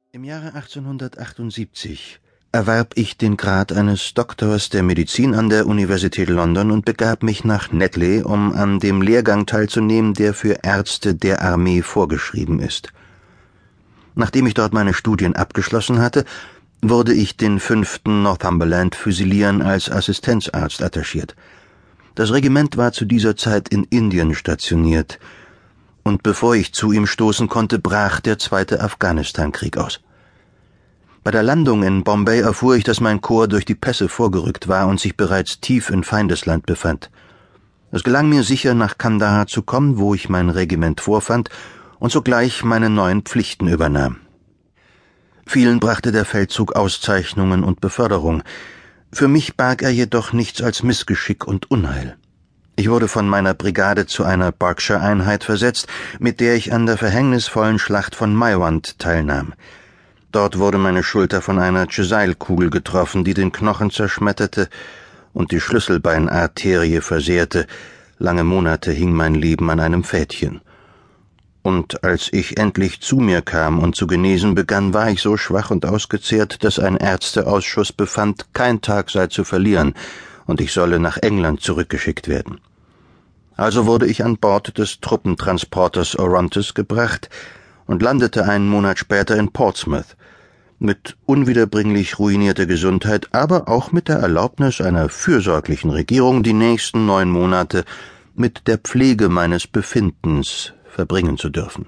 Im Jahre 1878 erwarb ich den Grad eines Doktors der Medizin an der Universität London und begab mich nach Netley, um an dem Lehrgang teilzunehmen, der für Ärzte der Armee vorgeschrieben ist. Nachdem ich dort meine Studien abgeschlossen hatte, wurde ich den 5. Northumberland Füsilieren als Assistenzarzt attachiert. Das Regiment war zu dieser Zeit in Indien stationiert, und bevor ich zu ihm stoßen konnte, brach der zweite Afghanistan-Krieg aus. Bei der Landung in Bombay erfuhr ich, dass mein Korps durch die Pässe vorgerückt war und sich bereits tief in Feindesland befand. Es gelang mir sicher, nach Kandahar zu kommen, wo ich mein Regiment vorfand und sogleich meine neuen Pflichten übernahm. Vielen brachte der Feldzug Auszeichnungen und Beförderung. Für mich barg er jedoch nichts als Missgeschick und Unheil. Ich wurde von meiner Brigade zu einer Berkshire-Einheit versetzt, mit der ich an der verhängnisvollen Schlacht von Maiwand teilnahm. Dort wurde meine Schulter von einer Jezail-Kugel getroffen, die den Knochen zerschmetterte und die Schlüsselbeinarterie versehrte. Lange Monate hing mein Leben an einem Fädchen. Und als ich endlich zu mir kam und zu genesen begann, war ich so schwach und ausgezehrt, dass ein Ärzteausschuss befand, kein Tag sei zu verlieren und ich solle nach England zurückgeschickt werden. Also wurde ich an Bord des Truppentransporters Orontes gebracht und landete einen Monat später in Portsmouth, mit unwiederbringlich ruinierter Gesundheit, aber auch mit der Erlaubnis einer fürsorglichen Regierung, die nächsten 9 Monate mit der Pflege meines Befindens verbringen zu dürfen.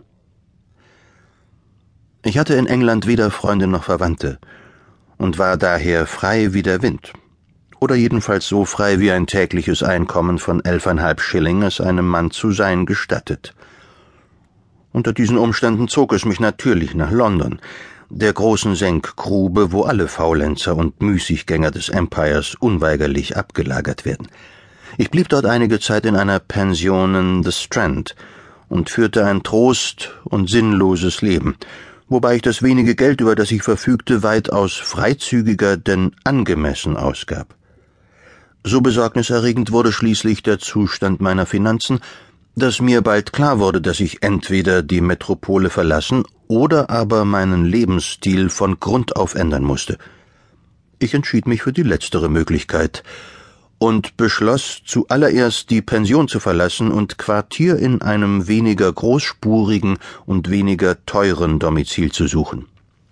Ich hatte in England weder Freunde noch Verwandte und war daher frei wie der Wind, oder jedenfalls so frei wie ein tägliches Einkommen von 11,5 Schilling es einem Mann zu sein gestattet. Unter diesen Umständen zog es mich natürlich nach London, der großen Senkgrube, wo alle Faulenzer und Müßiggänger des Empires unweigerlich abgelagert werden. Ich blieb dort einige Zeit in einer Pension in The Strand und führte ein trost- und sinnloses Leben, wobei ich das wenige Geld, über das ich verfügte, weitaus freizügiger denn angemessen ausgab. So besorgniserregend wurde schließlich der Zustand meiner Finanzen, dass mir bald klar wurde, dass ich entweder die Metropole verlassen oder aber meinen Lebensstil von Grund auf ändern musste. Ich entschied mich für die letztere Möglichkeit und beschloss, zuallererst die Pension zu verlassen und Quartier in einem weniger großspurigen und weniger teuren Domizil zu suchen.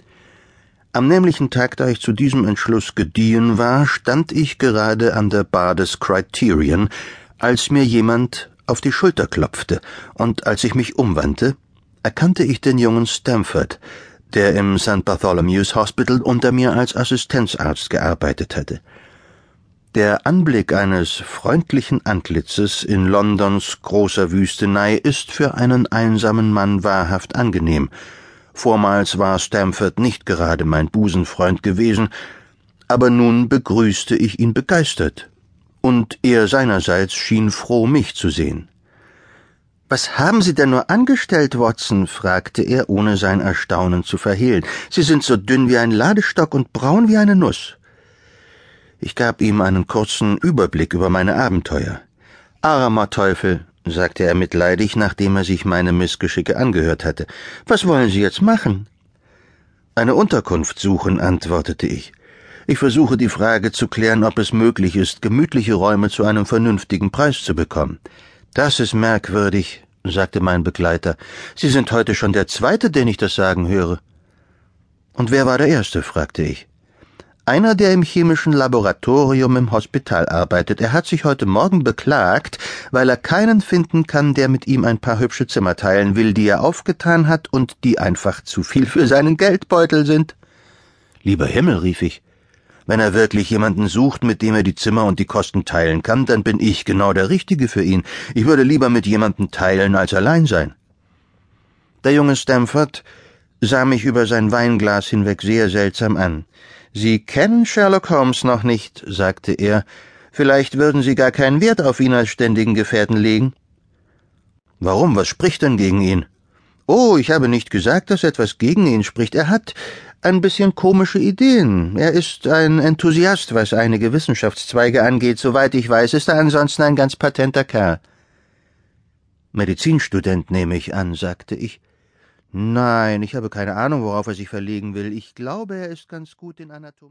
Am nämlichen Tag, da ich zu diesem Entschluss gediehen war, stand ich gerade an der Bar des Criterion, als mir jemand auf die Schulter klopfte, und als ich mich umwandte, erkannte ich den jungen Stamford, der im St. Bartholomew's Hospital unter mir als Assistenzarzt gearbeitet hatte. Der Anblick eines freundlichen Antlitzes in Londons großer Wüstenei ist für einen einsamen Mann wahrhaft angenehm. Vormals war Stamford nicht gerade mein Busenfreund gewesen, aber nun begrüßte ich ihn begeistert, und er seinerseits schien froh, mich zu sehen. »Was haben Sie denn nur angestellt, Watson?« fragte er, ohne sein Erstaunen zu verhehlen. »Sie sind so dünn wie ein Ladestock und braun wie eine Nuss.« Ich gab ihm einen kurzen Überblick über meine Abenteuer. »Armer Teufel«, sagte er mitleidig, nachdem er sich meine Missgeschicke angehört hatte. »Was wollen Sie jetzt machen?« »Eine Unterkunft suchen«, antwortete ich. »Ich versuche die Frage zu klären, ob es möglich ist, gemütliche Räume zu einem vernünftigen Preis zu bekommen.« »Das ist merkwürdig«, sagte mein Begleiter. »Sie sind heute schon der Zweite, den ich das sagen höre.« »Und wer war der Erste?« fragte ich. »Einer, der im chemischen Laboratorium im Hospital arbeitet. Er hat sich heute Morgen beklagt, weil er keinen finden kann, der mit ihm ein paar hübsche Zimmer teilen will, die er aufgetan hat und die einfach zu viel für seinen Geldbeutel sind.« »Lieber Himmel«, rief ich, »wenn er wirklich jemanden sucht, mit dem er die Zimmer und die Kosten teilen kann, dann bin ich genau der Richtige für ihn. Ich würde lieber mit jemandem teilen, als allein sein.« Der junge Stamford sah mich über sein Weinglas hinweg sehr seltsam an. »Sie kennen Sherlock Holmes noch nicht«, sagte er. »Vielleicht würden Sie gar keinen Wert auf ihn als ständigen Gefährten legen.« »Warum? Was spricht denn gegen ihn?« »Oh, ich habe nicht gesagt, dass etwas gegen ihn spricht. Er hat ein bisschen komische Ideen. Er ist ein Enthusiast, was einige Wissenschaftszweige angeht. Soweit ich weiß, ist er ansonsten ein ganz patenter Kerl.« »Medizinstudent, nehme ich an«, sagte ich. Nein, ich habe keine Ahnung, worauf er sich verlegen will. Ich glaube, er ist ganz gut in Anatomie.